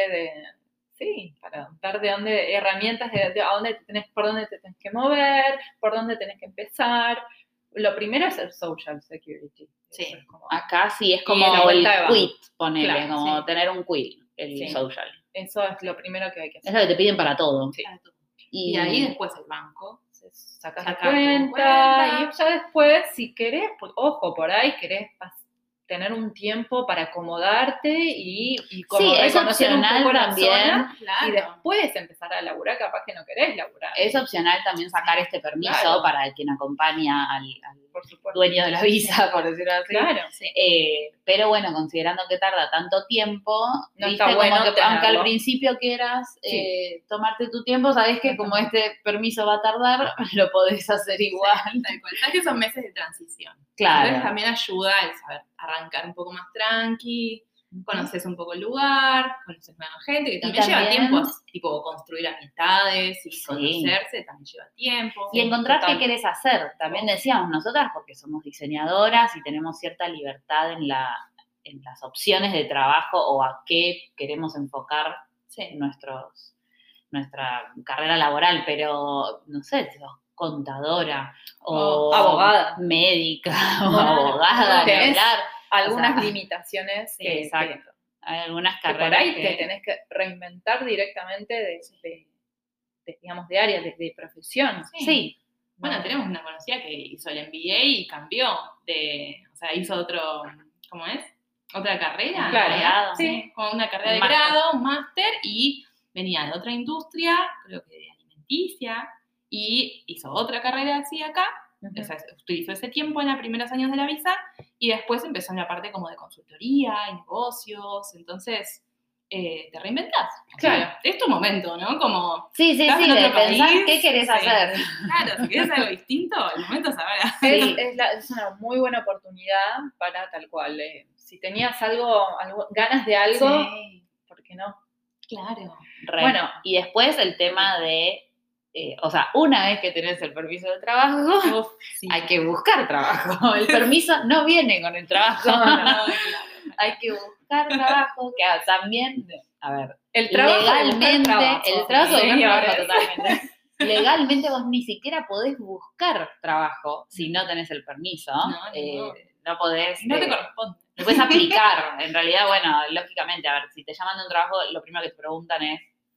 Speaker 2: para ver de dónde, herramientas por dónde te tenés que mover, por dónde tenés que empezar. Lo primero es el social security.
Speaker 1: Sí.
Speaker 2: Eso es como-
Speaker 3: Acá sí es
Speaker 2: Y
Speaker 3: como
Speaker 2: la
Speaker 3: el
Speaker 2: vuelta de banco.
Speaker 3: quit, ponele,
Speaker 2: Claro,
Speaker 3: como
Speaker 1: sí.
Speaker 3: tener un quit, el
Speaker 2: Sí.
Speaker 3: social.
Speaker 2: Eso es lo primero que hay que
Speaker 3: Es
Speaker 2: hacer.
Speaker 3: lo que te piden para todo.
Speaker 2: Sí.
Speaker 1: Para todo. Y ahí después el banco.
Speaker 2: Sacas la
Speaker 1: Sacar tu
Speaker 2: cuenta
Speaker 1: cuenta.
Speaker 2: y ya después, si querés, pues, ojo, por ahí querés tener un tiempo para acomodarte y como
Speaker 3: Sí, es
Speaker 2: reconocer un
Speaker 3: opcional
Speaker 2: poco la
Speaker 3: también.
Speaker 2: zona,
Speaker 1: Claro.
Speaker 2: y después empezar a laburar, capaz que no querés laburar.
Speaker 3: Es opcional también sacar este permiso
Speaker 2: Claro.
Speaker 3: para quien acompaña al
Speaker 2: Por supuesto.
Speaker 3: dueño de la visa, por decirlo así.
Speaker 2: Claro.
Speaker 1: Sí.
Speaker 3: Pero bueno, considerando que tarda tanto tiempo,
Speaker 2: No
Speaker 3: viste
Speaker 2: está bueno
Speaker 3: como que aunque al
Speaker 2: tenerlo.
Speaker 3: principio quieras
Speaker 2: Sí.
Speaker 3: tomarte tu tiempo, sabés que como este permiso va a tardar, lo podés hacer igual.
Speaker 1: Sí, tal cual. Sabes que son meses de transición.
Speaker 3: Claro.
Speaker 1: Entonces también ayuda el saber arrancar un poco más tranqui, conoces un poco el lugar, conoces nueva gente, que también lleva
Speaker 3: también-
Speaker 1: tiempo, tipo construir amistades y
Speaker 3: Sí.
Speaker 1: conocerse, también lleva tiempo.
Speaker 3: Y encontrar
Speaker 2: total.
Speaker 3: qué querés hacer. También decíamos nosotras, porque somos diseñadoras y tenemos cierta libertad en las opciones de trabajo o a qué queremos enfocar
Speaker 1: Sí.
Speaker 3: nuestra carrera laboral, pero no sé, si sos contadora o
Speaker 2: abogada.
Speaker 3: médica o
Speaker 1: Claro.
Speaker 3: abogada, ni
Speaker 2: Tenés
Speaker 3: hablar.
Speaker 2: Algunas
Speaker 3: O sea,
Speaker 2: limitaciones
Speaker 3: Sí,
Speaker 2: que,
Speaker 3: exacto. Hay algunas
Speaker 2: que por
Speaker 3: carreras
Speaker 2: ahí
Speaker 3: que
Speaker 2: te tenés que reinventar directamente digamos, de área, de profesión.
Speaker 3: Sí,
Speaker 1: Bueno, tenemos una conocida que hizo el MBA y cambió o sea, hizo otro, ¿cómo es? Otra carrera.
Speaker 3: Claro,
Speaker 1: ¿verdad?
Speaker 3: sí.
Speaker 1: Sí, como una carrera de
Speaker 3: Un máster.
Speaker 1: grado, un máster, y venía de otra industria, creo que de alimenticia, y hizo otra carrera así acá,
Speaker 2: Ujú.
Speaker 1: o sea, utilizó ese tiempo en los primeros años de la visa, y después empezó en la parte como de consultoría y negocios, entonces te reinventás.
Speaker 2: Claro.
Speaker 1: Es tu momento, ¿no? Como
Speaker 3: sí,
Speaker 1: estás en
Speaker 3: de
Speaker 1: otro
Speaker 3: pensar
Speaker 1: país,
Speaker 3: qué querés
Speaker 1: sí.
Speaker 3: hacer.
Speaker 1: Claro, si quieres algo distinto, el momento es ahora.
Speaker 3: Sí.
Speaker 2: Es una muy buena oportunidad para tal cual. Si tenías ganas de algo,
Speaker 1: Sí,
Speaker 2: ¿por qué no?
Speaker 1: claro.
Speaker 3: Bueno, y después el tema de, o sea, una vez que tenés el permiso de trabajo,
Speaker 1: Uf, sí.
Speaker 3: hay que buscar trabajo. El permiso no viene con el trabajo.
Speaker 1: No, claro.
Speaker 3: Hay que buscar trabajo, que también, a ver,
Speaker 2: El trabajo
Speaker 3: legalmente, el trabajo de buscar
Speaker 2: señores.
Speaker 3: trabajo, totalmente. Legalmente vos ni siquiera podés buscar trabajo si no tenés el permiso.
Speaker 1: No.
Speaker 3: No podés.
Speaker 1: No te corresponde.
Speaker 3: Lo puedes aplicar. En realidad, bueno, lógicamente, a ver, si te llaman de un trabajo, lo primero que te preguntan es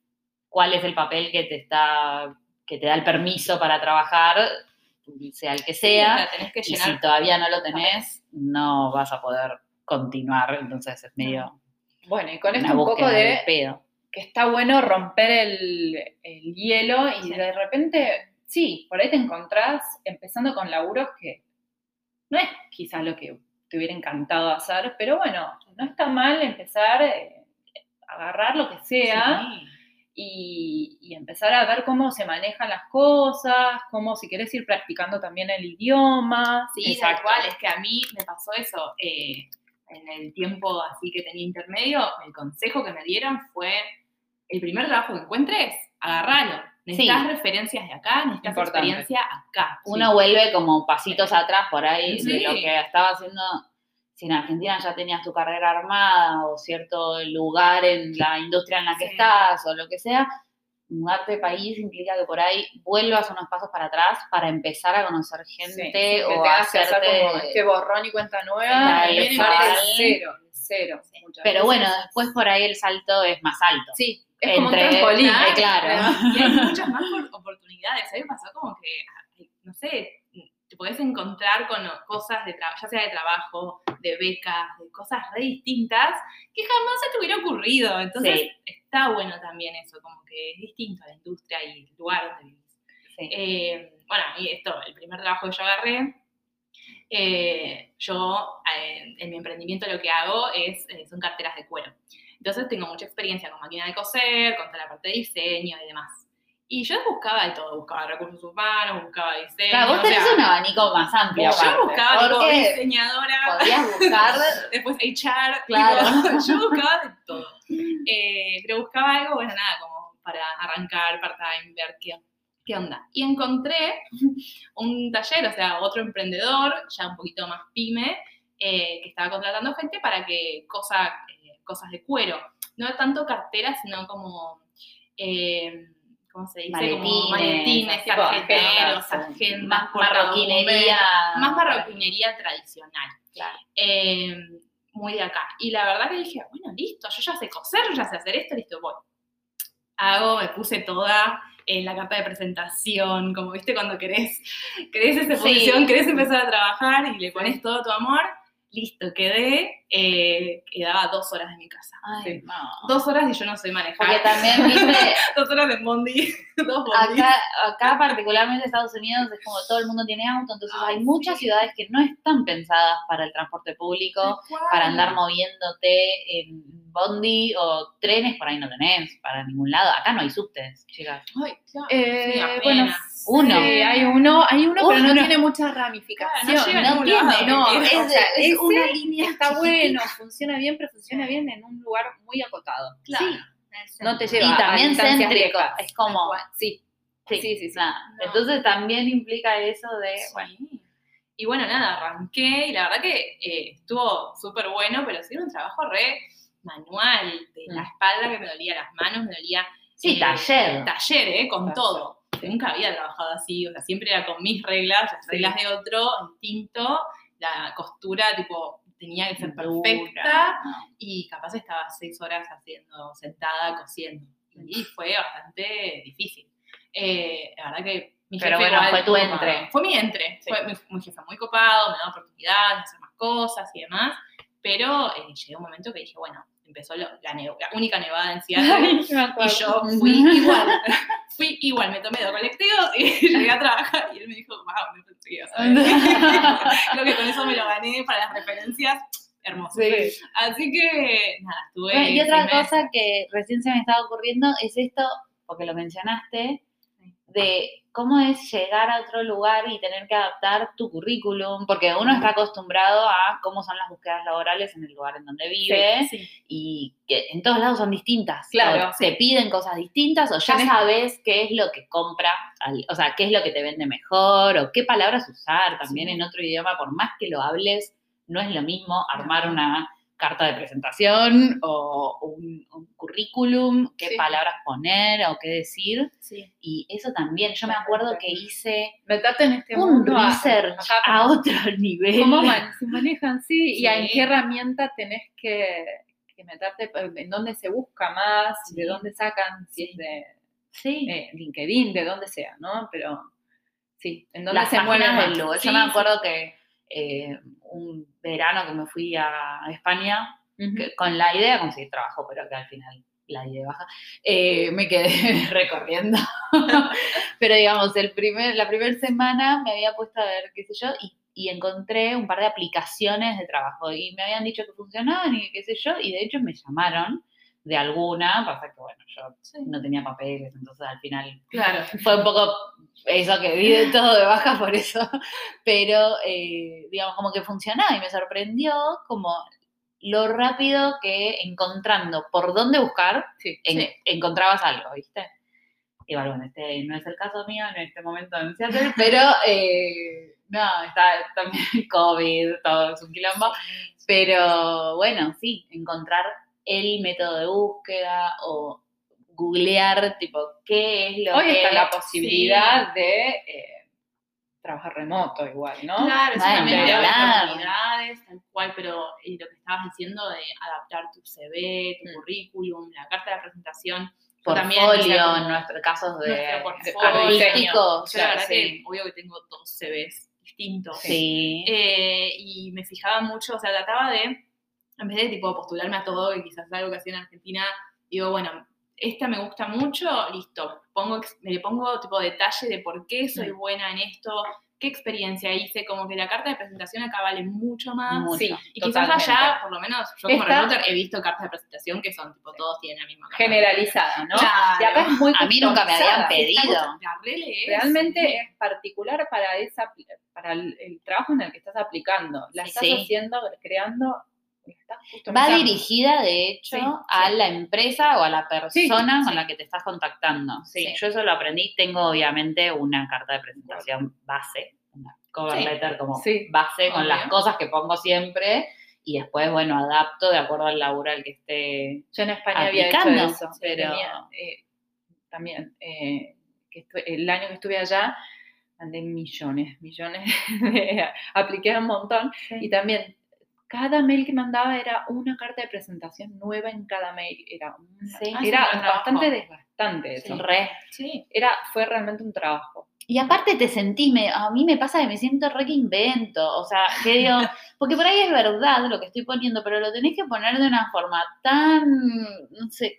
Speaker 3: cuál es el papel que te da el permiso para trabajar, sea el que sea,
Speaker 2: la tenés que
Speaker 3: y
Speaker 2: llenar.
Speaker 3: si todavía no lo tenés, no vas a poder continuar, entonces es medio
Speaker 4: Bueno, y con
Speaker 3: una
Speaker 4: esto un poco
Speaker 3: búsqueda del
Speaker 4: de
Speaker 3: pedo.
Speaker 4: que está bueno romper el hielo y
Speaker 2: Sí.
Speaker 4: de repente, sí, por ahí te encontrás empezando con laburos que no es quizás lo que te hubiera encantado hacer, pero bueno, no está mal empezar a agarrar lo que sea y empezar a ver cómo se manejan las cosas, cómo si querés ir practicando también el idioma.
Speaker 2: Sí, tal cual, es que a mí me pasó eso. En el tiempo así que tenía intermedio, el consejo que me dieron fue, el primer trabajo que encuentres, agarralo. Necesitas referencias de acá, necesitas experiencia acá.
Speaker 3: Uno vuelve como pasitos atrás por ahí de
Speaker 2: Sí.
Speaker 3: lo que estaba haciendo. Si en Argentina ya tenías tu carrera armada o cierto lugar en la industria en la que
Speaker 2: Sí.
Speaker 3: estás o lo que sea, mudarte de país implica que por ahí vuelvas unos pasos para atrás para empezar a conocer gente
Speaker 4: que
Speaker 3: o
Speaker 4: tengas que hacer
Speaker 3: hacerte...
Speaker 4: como este borrón y cuenta nueva,
Speaker 3: Tal
Speaker 4: empezar
Speaker 3: cual.
Speaker 4: de cero. muchas
Speaker 3: Pero
Speaker 4: veces.
Speaker 3: bueno, después por ahí el salto es más alto.
Speaker 4: Sí, es como un
Speaker 3: Entre-
Speaker 4: trampolín.
Speaker 3: claro.
Speaker 2: Y hay muchas más oportunidades. A mí me pasó como que, no sé, te podés encontrar con cosas, ya sea de trabajo, de becas, de cosas re distintas, que jamás se te hubiera ocurrido. Entonces,
Speaker 3: Sí.
Speaker 2: está bueno también eso, como que es distinto a la industria y el lugar donde vivís.
Speaker 3: Sí.
Speaker 2: Bueno, y esto, el primer trabajo que yo agarré, yo en mi emprendimiento lo que hago son carteras de cuero. Entonces tengo mucha experiencia con máquina de coser, con toda la parte de diseño y demás. Y yo buscaba de todo, buscaba recursos humanos, buscaba diseño.
Speaker 3: Claro, vos tenés un abanico más amplio.
Speaker 2: Yo
Speaker 3: aparte,
Speaker 2: buscaba tipo
Speaker 3: porque
Speaker 2: diseñadora,
Speaker 3: podías buscar...
Speaker 2: después HR,
Speaker 3: Claro.
Speaker 2: tipo, yo buscaba de todo. Pero buscaba algo, bueno, nada, como para arrancar part-time, ver qué onda. Y encontré un taller, o sea, otro emprendedor, ya un poquito más pyme, que estaba contratando gente para que cosas de cuero. No tanto carteras, sino como... ¿cómo se dice? Como maletines,
Speaker 4: tipo
Speaker 2: tarjeteros, agendas,
Speaker 3: marroquinería.
Speaker 2: más marroquinería tradicional.
Speaker 3: Claro.
Speaker 2: Muy de acá. Y la verdad que dije, bueno, listo, yo ya sé coser, yo ya sé hacer esto, listo, voy. Me puse toda en la carta de presentación, como viste cuando querés esa posición, querés empezar a trabajar y le pones todo tu amor. Listo, quedé, quedaba 2 horas de mi casa.
Speaker 3: Ay, no.
Speaker 2: 2 horas y yo no sé manejar.
Speaker 3: Porque también, viste,
Speaker 2: 2 horas de bondi, 2 bondis.
Speaker 3: acá particularmente en Estados Unidos es como todo el mundo tiene auto, entonces hay muchas ciudades que no están pensadas para el transporte público, para andar moviéndote en bondi o trenes, por ahí no tenés para ningún lado. Acá no hay subtes, chicas.
Speaker 2: Ay, claro.
Speaker 4: Bueno,
Speaker 3: uno.
Speaker 4: hay uno, pero no tiene mucha ramificación.
Speaker 2: Claro, no llega a ningún lado.
Speaker 4: No, es
Speaker 3: una
Speaker 4: ese
Speaker 3: línea
Speaker 4: está
Speaker 3: chiquitita.
Speaker 4: bueno, funciona bien, pero funciona bien en un lugar muy acotado.
Speaker 2: Claro.
Speaker 4: Sí. No te lleva
Speaker 3: Y
Speaker 4: a
Speaker 3: también
Speaker 4: distancias
Speaker 3: céntrico,
Speaker 4: lejas.
Speaker 3: es como...
Speaker 4: Sí. Sí.
Speaker 3: nada.
Speaker 2: No.
Speaker 3: Entonces también implica eso de...
Speaker 2: Sí.
Speaker 3: Bueno,
Speaker 2: Y bueno, nada, arranqué y la verdad que estuvo súper bueno, pero sí era un trabajo re manual, de la espalda que me dolía, las manos me dolía.
Speaker 3: sí, taller.
Speaker 2: Taller, con todo. Nunca había trabajado así, o sea, siempre era con mis reglas, las reglas de otro, instinto, la costura, tipo, tenía que ser perfecta, y capaz estaba 6 horas sentada, cosiendo. Y fue bastante difícil. La verdad que mi jefe...
Speaker 3: Pero bueno,
Speaker 2: igual,
Speaker 3: fue tu
Speaker 2: muy
Speaker 3: entre.
Speaker 2: copado. Fue mi entre.
Speaker 3: Sí.
Speaker 2: Fue mi jefe muy copado, me daba oportunidades de hacer más cosas y demás, pero llegó un momento que dije, bueno, empezó la única nevada en Seattle, y yo fui igual, me tomé 2 colectivos y llegué a trabajar, y él me dijo, wow, no pensé que ibas a ver. Creo que con eso me lo gané para las referencias. Hermoso.
Speaker 3: Sí.
Speaker 2: Así que, nada, estuve...
Speaker 3: Bueno, y otra
Speaker 2: 6 meses.
Speaker 3: cosa que recién se me estaba ocurriendo es esto, porque lo mencionaste, de cómo es llegar a otro lugar y tener que adaptar tu currículum, porque uno está acostumbrado a cómo son las búsquedas laborales en el lugar en donde vive, y que en todos lados son distintas.
Speaker 4: Claro,
Speaker 3: o te piden cosas distintas, o ya sabes qué es lo que compra, o sea, qué es lo que te vende mejor, o qué palabras usar también en otro idioma, por más que lo hables, no es lo mismo armar una carta de presentación o un currículum, qué palabras poner o qué decir.
Speaker 2: Sí.
Speaker 3: Y eso también, yo me acuerdo que hice
Speaker 4: Meterte en este
Speaker 3: un
Speaker 4: mundo
Speaker 3: research a otro nivel.
Speaker 4: ¿Cómo se manejan? Sí,
Speaker 2: Sí.
Speaker 4: y en qué herramienta tenés que meterte, en dónde se busca más, de dónde sacan, si es de
Speaker 3: Sí.
Speaker 4: LinkedIn, de donde sea, ¿no? Pero sí, en donde
Speaker 3: Las
Speaker 4: se mueve
Speaker 3: páginas
Speaker 4: más.
Speaker 3: del lugar.
Speaker 4: Sí,
Speaker 3: Yo me acuerdo que un verano que me fui a España, que, con la idea de conseguir trabajo, pero que al final la idea baja, me quedé recorriendo. Pero digamos, la primera semana me había puesto a ver, qué sé yo, y encontré un par de aplicaciones de trabajo y me habían dicho que funcionaban y qué sé yo, y de hecho me llamaron de alguna, pasa que bueno, yo no tenía papeles, entonces al final fue un poco eso que di de todo de baja por eso, pero digamos como que funcionaba y me sorprendió como lo rápido que encontrando por dónde buscar, encontrabas algo, ¿viste? Igual, bueno, este no es el caso mío en este momento en Seattle, pero no, está también COVID, todo es un quilombo, pero bueno, sí, encontrar el método de búsqueda o googlear, tipo, qué es lo
Speaker 4: Hoy
Speaker 3: que...
Speaker 4: Hoy está la posibilidad de trabajar remoto igual, ¿no?
Speaker 1: Claro, eso también te
Speaker 3: claro.
Speaker 1: da oportunidades, tal cual, pero lo que estabas diciendo de adaptar tu CV, tu currículum, la carta de presentación.
Speaker 3: Portfolio, en nuestro caso de
Speaker 1: artístico. Yo la verdad que obvio que tengo 2 CVs distintos.
Speaker 3: Sí.
Speaker 1: Y me fijaba mucho, o sea, trataba de, en vez de tipo postularme a todo, que quizás es algo que hacía en Argentina, digo, bueno, esta me gusta mucho, listo, me le pongo tipo detalle de por qué soy buena en esto, qué experiencia hice, como que la carta de presentación acá vale mucho más.
Speaker 3: Mucho.
Speaker 1: Sí, y quizás allá, por lo menos, yo como recruiter he visto cartas de presentación que son tipo, todos tienen la misma carta.
Speaker 4: Generalizada, ¿no?
Speaker 1: Claro.
Speaker 4: Y acá es muy
Speaker 3: a mí nunca me habían pedido.
Speaker 4: Realmente es particular para el trabajo en el que estás aplicando. La estás haciendo, creando.
Speaker 3: Va dirigida, de hecho, a la empresa o a la persona con la que te estás contactando. Sí. Yo eso lo aprendí. Tengo, obviamente, una carta de presentación base, una cover letter como base con las cosas que pongo siempre y después, bueno, adapto de acuerdo al laburo al que esté
Speaker 4: Yo en España
Speaker 3: aplicando,
Speaker 4: había hecho eso, pero también, el año que estuve allá, mandé millones, apliqué un montón y también cada mail que mandaba era una carta de presentación nueva en cada mail. Era bastante desgastante eso. Fue realmente un trabajo.
Speaker 3: Y aparte te sentís, a mí me pasa que me siento re que invento, o sea, que digo, porque por ahí es verdad lo que estoy poniendo, pero lo tenés que poner de una forma tan, no sé,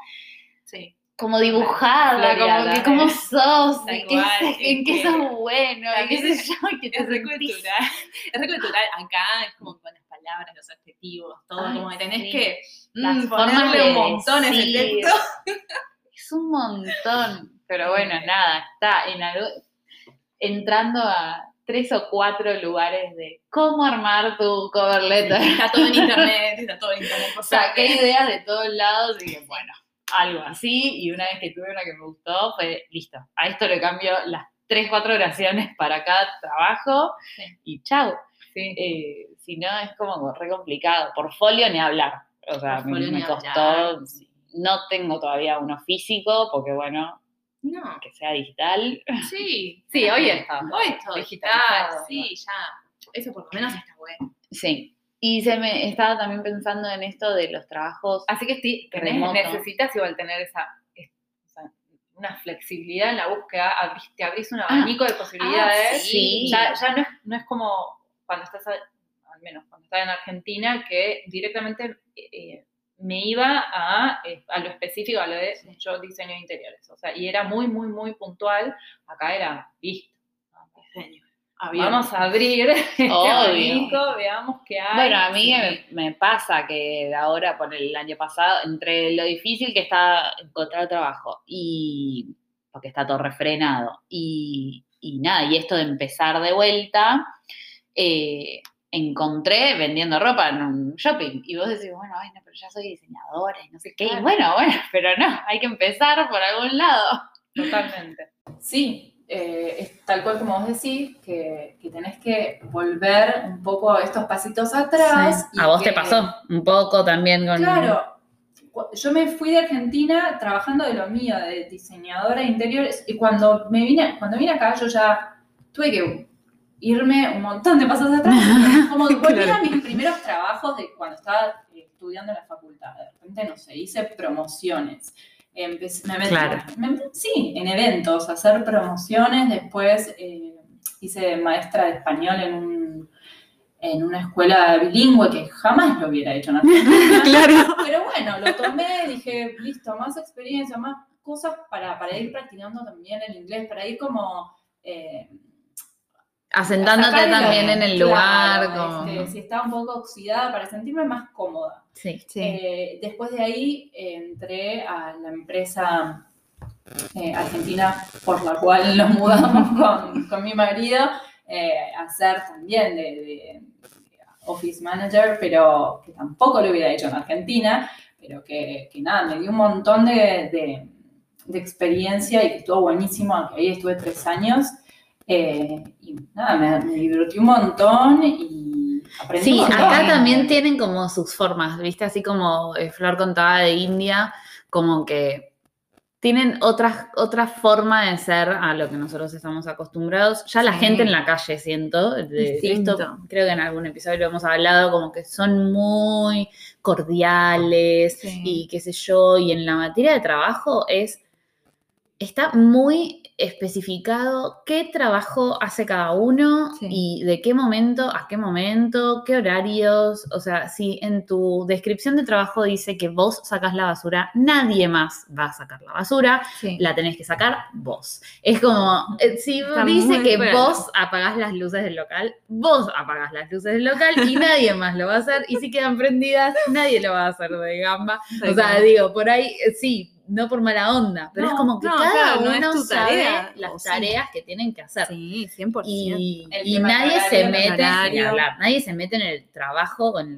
Speaker 3: como dibujada, como que cómo sos, en qué sos bueno, y qué sé yo, que te
Speaker 1: es recultural, acá es como con las palabras, los adjetivos, todo, como que tenés que ponerle un montón a ese texto.
Speaker 3: Es un montón, pero bueno, nada, está entrando a 3 o 4 lugares de cómo armar tu cover letter.
Speaker 1: Está todo en internet,
Speaker 3: Saqué ideas de todos lados y dije, bueno, algo así, y una vez que tuve una que me gustó, fue listo. A esto le cambio las 3, 4 oraciones para cada trabajo y chau. Si no, es como re complicado. Portfolio ni hablar. O sea, me costó. No tengo todavía uno físico, porque bueno, que sea digital.
Speaker 1: Sí,
Speaker 4: hoy está.
Speaker 1: Hoy es todo digital, ya. Eso por lo menos está bueno.
Speaker 3: Sí. Y estaba también pensando en esto de los trabajos.
Speaker 4: Así que necesitas igual tener una flexibilidad en la búsqueda, te abrís un abanico de posibilidades. Ya no es como cuando estás, al menos cuando estaba en Argentina, que directamente me iba a lo específico, a lo de yo diseño de interiores. O sea, y era muy, muy, muy puntual. Acá era listo. Diseño. Vamos a abrir este abanico, veamos qué hay.
Speaker 3: Bueno, a mí me pasa que ahora, por el año pasado, entre lo difícil que está encontrar trabajo y porque está todo refrenado y nada, y esto de empezar de vuelta, encontré vendiendo ropa en un shopping y vos decís, bueno, ay, no, pero ya soy diseñadora y no sé qué, y bueno, pero no, hay que empezar por algún lado.
Speaker 4: Totalmente. Sí. Es tal cual como vos decís, que tenés que volver un poco estos pasitos atrás.
Speaker 3: Sí. A vos te pasó un poco también con...
Speaker 4: Claro, yo me fui de Argentina trabajando de lo mío, de diseñadora de interiores, y cuando vine acá yo ya tuve que irme un montón de pasos atrás, como volví a mis primeros trabajos de cuando estaba estudiando en la facultad. De repente, no sé, hice promociones. me metí, sí, en eventos, a hacer promociones. Después hice maestra de español en una escuela bilingüe que jamás lo hubiera hecho en Argentina.
Speaker 2: Claro.
Speaker 4: Pero bueno, lo tomé, dije, listo, más experiencia, más cosas para ir practicando también el inglés, para ir como...
Speaker 3: asentándote también en el lugar.
Speaker 4: Como... si estaba un poco oxidada, para sentirme más cómoda.
Speaker 3: Sí.
Speaker 4: Después de ahí entré a la empresa argentina por la cual nos mudamos con mi marido, a hacer también de office manager, pero que tampoco lo hubiera hecho en Argentina, pero que nada, me dio un montón de experiencia y que estuvo buenísimo, que ahí estuve 3 años, y nada, me divertí un montón y aprendí un montón.
Speaker 3: Acá también tienen como sus formas, ¿viste? Así como Flor contaba de India, como que tienen otra forma de ser a lo que nosotros estamos acostumbrados. Ya la gente en la calle, siento, esto creo que en algún episodio lo hemos hablado, como que son muy cordiales y qué sé yo, y en la materia de trabajo está muy especificado qué trabajo hace cada uno y de qué momento a qué momento, qué horarios. O sea, si en tu descripción de trabajo dice que vos sacás la basura, nadie más va a sacar la basura, la tenés que sacar vos. Es como, si dice que vos apagás las luces del local, vos apagás las luces del local y nadie más lo va a hacer. Y si quedan prendidas, nadie lo va a hacer de gamba. O sea, digo, por ahí, sí, no por mala onda, pero es como que cada uno sabe las tareas que tienen que hacer.
Speaker 2: Sí, 100%.
Speaker 3: Y nadie se mete nadie se mete en el trabajo o en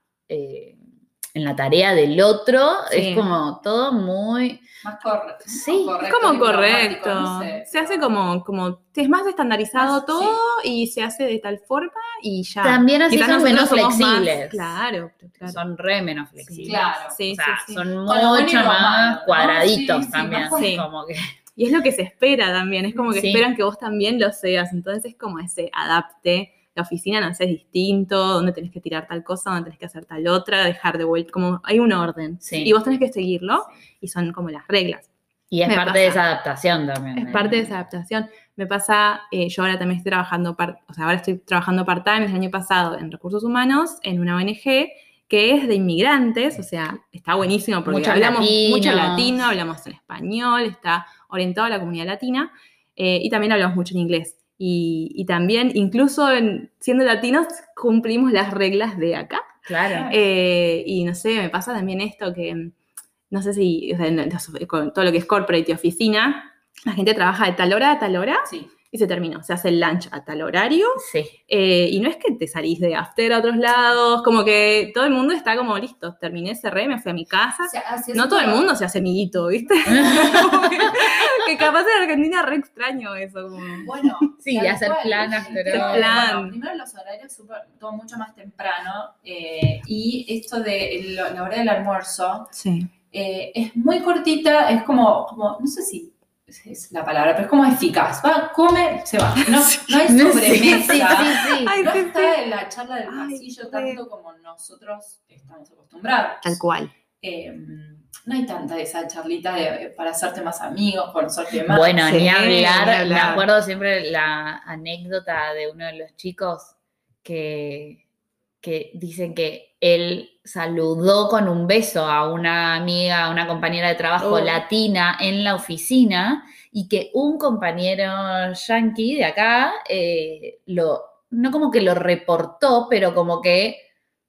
Speaker 3: la tarea del otro. Es como todo muy...
Speaker 4: Más correcto.
Speaker 3: Sí,
Speaker 2: es como correcto. No sé, se hace como es más estandarizado todo y se hace de tal forma y ya.
Speaker 3: También así son menos flexibles.
Speaker 2: Claro.
Speaker 3: Son re menos flexibles.
Speaker 4: Claro.
Speaker 3: Son mucho más cuadraditos también. Como que...
Speaker 2: Y es lo que se espera también. Es como que esperan que vos también lo seas. Entonces es como ese adapte. La oficina, no sé, es distinto, dónde tenés que tirar tal cosa, dónde tenés que hacer tal otra, dejar de vuelta, como hay un orden. Y vos tenés que seguirlo y son como las reglas.
Speaker 3: Y es parte de esa adaptación también.
Speaker 2: Es parte de esa adaptación. Me pasa, yo ahora también estoy trabajando, ahora estoy trabajando part-time el año pasado en recursos humanos, en una ONG que es de inmigrantes, o sea, está buenísimo porque hablamos mucho latino, hablamos en español, está orientado a la comunidad latina, y también hablamos mucho en inglés. Y también, incluso siendo latinos, cumplimos las reglas de acá.
Speaker 3: Claro.
Speaker 2: Y no sé, me pasa también esto que, no sé si, o sea, con todo lo que es corporate y oficina, la gente trabaja de tal hora a tal hora y se terminó. Se hace el lunch a tal horario. Y no es que te salís de after a otros lados, como que todo el mundo está como listo, terminé, cerré, me fui a mi casa. No todo el mundo se hace amiguito, ¿viste? que capaz en Argentina re extraño eso. Como...
Speaker 4: Bueno,
Speaker 3: y hacer plan after.
Speaker 4: Bueno, primero los horarios todo mucho más temprano, y esto de la hora del almuerzo es muy cortita, es como, no sé si es la palabra, pero es como eficaz. Va, come, se va. No hay sobremesa. No está en la charla del pasillo tanto como nosotros estamos acostumbrados.
Speaker 2: Tal cual.
Speaker 4: No hay tanta de esa charlita para hacerte más amigos, conocerte más.
Speaker 3: Bueno, ni hablar. Me acuerdo siempre la anécdota de uno de los chicos que dicen que él saludó con un beso a una amiga, a una compañera de trabajo latina en la oficina y que un compañero yankee de acá no como que lo reportó, pero como que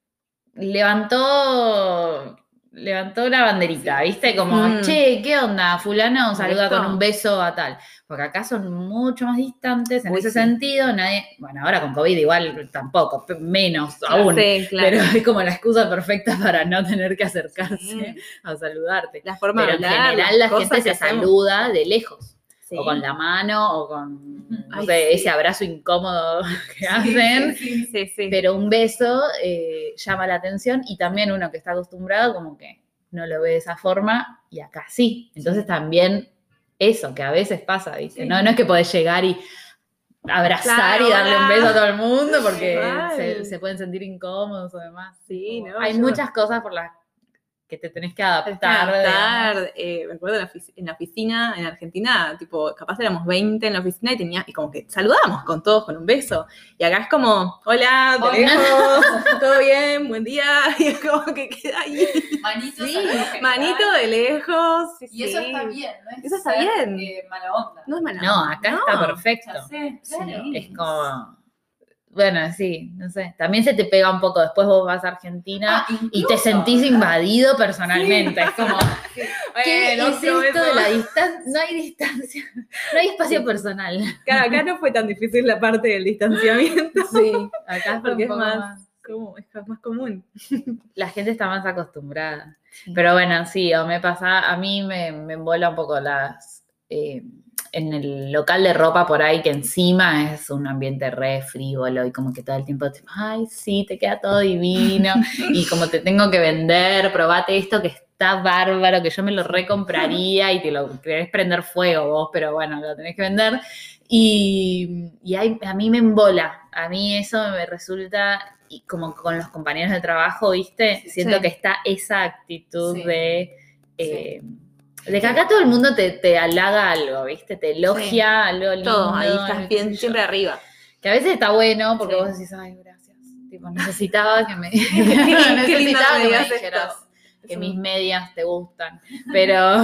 Speaker 3: levantó la banderita, ¿viste? Como, che, ¿qué onda? Fulano saluda con un beso a tal. Porque acá son mucho más distantes en ese sentido. Nadie, bueno, ahora con COVID igual tampoco, menos aún. Pero es como la excusa perfecta para no tener que acercarse a saludarte.
Speaker 2: La forma
Speaker 3: pero
Speaker 2: de hablar,
Speaker 3: en general la gente se saluda de lejos. O con la mano, o con ese abrazo incómodo que hacen. Pero un beso llama la atención y también uno que está acostumbrado como que no lo ve de esa forma y acá sí. Entonces también eso, que a veces pasa, ¿viste? No es que podés llegar y abrazar y darle un beso a todo el mundo porque se pueden sentir incómodos o demás.
Speaker 2: Sí, ¿no?
Speaker 3: Hay muchas cosas por las que te tenés que adaptar.
Speaker 2: Me acuerdo en la oficina en Argentina, tipo, capaz éramos 20 en la oficina y como que saludábamos con todos con un beso. Y acá es como, hola, de lejos, todo bien, buen día. Y es como que queda ahí. Manito de lejos.
Speaker 4: Y eso está bien, ¿no?
Speaker 2: Eso está bien.
Speaker 4: Mala onda.
Speaker 2: No es mala
Speaker 3: No,
Speaker 2: onda.
Speaker 3: acá está perfecto.
Speaker 4: Ya sé, claro.
Speaker 2: Sí.
Speaker 3: Es como... Bueno, sí, no sé. También se te pega un poco. Después vos vas a Argentina y te sentís invadido personalmente. Es como, ¿qué es esto de la distancia? No hay distancia, no hay espacio personal.
Speaker 2: Claro, acá no fue tan difícil la parte del distanciamiento.
Speaker 3: Sí, acá
Speaker 2: Porque es
Speaker 3: un poco
Speaker 2: más común.
Speaker 3: La gente está más acostumbrada. Pero bueno, sí, o me pasa, a mí me embola un poco en el local de ropa por ahí, que encima es un ambiente re frívolo y como que todo el tiempo, ay, sí, te queda todo divino y como te tengo que vender, probate esto que está bárbaro, que yo me lo recompraría y te lo querés prender fuego vos, pero bueno, lo tenés que vender. Y a mí me embola, a mí eso me resulta, y como con los compañeros de trabajo, ¿viste? Siento que está esa actitud de que acá todo el mundo te halaga algo, ¿viste? Te elogia algo lindo.
Speaker 2: Todo, ahí estás bien, siempre arriba.
Speaker 3: Que a veces está bueno porque vos decís, ay, gracias. Tipo, necesitaba que me dijeras que mis medias te gustan. Pero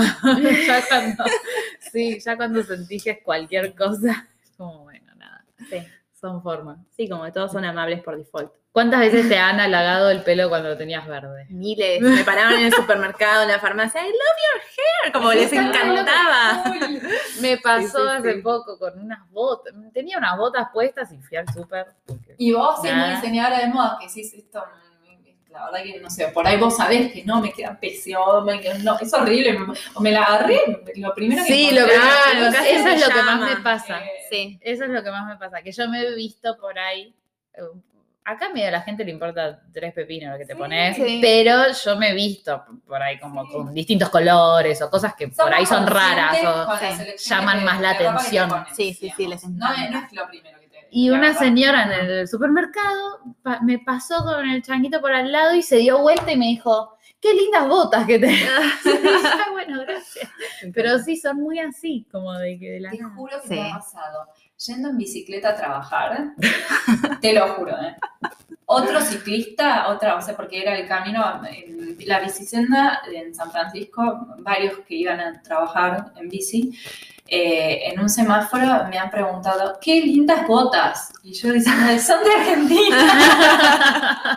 Speaker 3: ya cuando sentís que es cualquier cosa, es como, bueno, nada. Sí, son formas.
Speaker 2: Sí, como que todos son amables por default.
Speaker 3: ¿Cuántas veces te han halagado el pelo cuando lo tenías verde?
Speaker 2: Miles. Me paraban en el supermercado, en la farmacia, I love your hair, como les encantaba.
Speaker 3: Me pasó hace poco con unas botas. Tenía unas botas puestas y fui al súper.
Speaker 4: Y vos, siendo diseñadora de moda, que decís esto, la verdad que no sé, por ahí vos sabés que no, me queda pésimo, no, es horrible, o me la agarré, lo primero que
Speaker 3: eso es lo que más me pasa.
Speaker 2: Sí.
Speaker 3: Eso es lo que más me pasa, que yo me he visto por ahí. Acá a la gente le importa 3 pepinos lo que te pones, pero yo me he visto por ahí como con distintos colores o cosas que por ahí son raras o llaman más la atención.
Speaker 2: Sí, les encanta.
Speaker 4: No es lo primero que te ven.
Speaker 3: Y una señora en el supermercado me pasó con el changuito por al lado y se dio vuelta y me dijo, qué lindas botas que tenés. Bueno, gracias. Pero sí, son muy así, como de que de la...
Speaker 4: Te juro que me ha pasado. Yendo en bicicleta a trabajar, te lo juro, Otro ciclista, o sea, porque era el camino, la bicisenda en San Francisco, varios que iban a trabajar en bici, en un semáforo me han preguntado, qué lindas botas. Y yo diciendo, son de Argentina.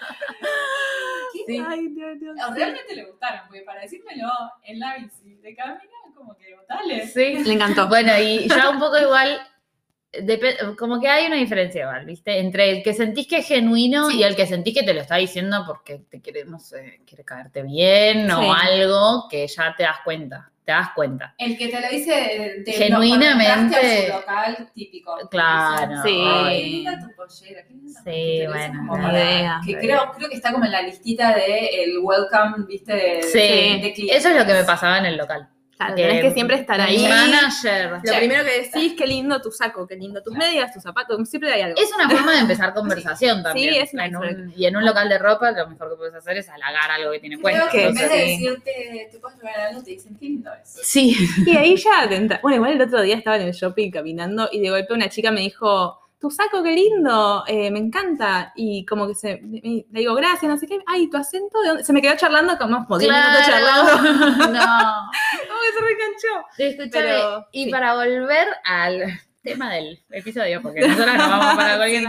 Speaker 3: Sí.
Speaker 2: Ay, Dios.
Speaker 4: Realmente le gustaron, porque para decírmelo en la bici de camino, como que dale.
Speaker 3: Sí,
Speaker 2: le encantó.
Speaker 3: Bueno, y ya un poco igual, como que hay una diferencia igual, ¿viste? Entre el que sentís que es genuino y el que sentís que te lo está diciendo porque te quiere, no sé, quiere caerte bien o algo que ya te das cuenta.
Speaker 4: El que te lo dice
Speaker 3: genuinamente
Speaker 4: a su local típico.
Speaker 3: Claro.
Speaker 2: Sí.
Speaker 4: Qué linda tu pollera, qué linda.
Speaker 3: Sí, bueno,
Speaker 2: una idea.
Speaker 4: Que creo que está como en la listita de el welcome, ¿viste? De clientes.
Speaker 3: Eso es lo que me pasaba en el local.
Speaker 2: Claro, tenés que siempre estar ahí.
Speaker 3: Manager.
Speaker 2: Lo primero que decís, qué lindo tu saco, qué lindo tus medias, tus zapatos, siempre hay algo.
Speaker 3: Es una forma de empezar conversación también.
Speaker 2: Sí, es una
Speaker 3: y en un local de ropa lo mejor que puedes hacer es halagar algo que tiene puesto.
Speaker 4: Que en vez de decirte, te puedes llevar algo, te dicen, qué lindo es.
Speaker 2: Sí. Y ahí ya atenta. Bueno, igual el otro día estaba en el shopping caminando y de golpe una chica me dijo, tu saco, qué lindo, me encanta. Y como que le digo, gracias, no sé qué. Ay, ¿tu acento de dónde? Se me quedó charlando como 10 minutos charlando.
Speaker 3: No.
Speaker 2: Como que se reenganchó.
Speaker 3: Escúchame,
Speaker 2: Pero,
Speaker 3: y para volver al tema del episodio, porque nosotros nos vamos para cualquier...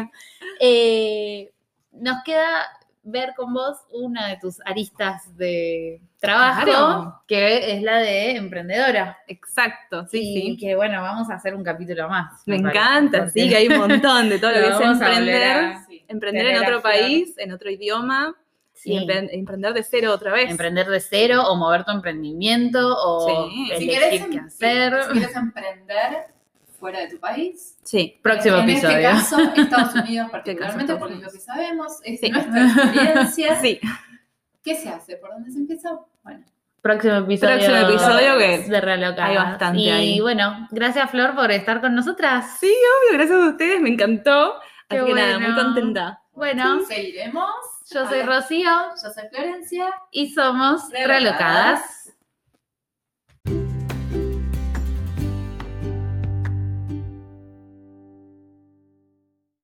Speaker 3: nos queda ver con vos una de tus aristas de trabajo, que es la de emprendedora.
Speaker 2: Exacto, sí.
Speaker 3: Que bueno, vamos a hacer un capítulo más.
Speaker 2: Me encanta, sí, que hay un montón de todo lo que es emprender. Emprender en otro país, en otro idioma. Sí. Y emprender de cero otra vez.
Speaker 3: Emprender de cero o mover tu emprendimiento o elegir qué hacer.
Speaker 4: Si quieres emprender fuera de tu país.
Speaker 3: Sí, próximo episodio.
Speaker 4: En este caso, Estados Unidos particularmente, porque lo que sabemos es nuestra experiencia.
Speaker 2: Sí.
Speaker 4: ¿Qué se hace? ¿Por dónde se empieza? Bueno.
Speaker 3: Próximo episodio
Speaker 2: que
Speaker 3: de Realocadas.
Speaker 2: Hay bastante
Speaker 3: y
Speaker 2: ahí.
Speaker 3: Bueno, gracias Flor por estar con nosotras.
Speaker 2: Sí, obvio, gracias a ustedes, me encantó.
Speaker 3: Qué
Speaker 2: Así que nada, muy contenta.
Speaker 3: Bueno.
Speaker 4: Seguiremos.
Speaker 3: Yo soy Rocío
Speaker 2: Yo soy Florencia.
Speaker 3: y somos
Speaker 2: Relocadas.
Speaker 3: Relocadas.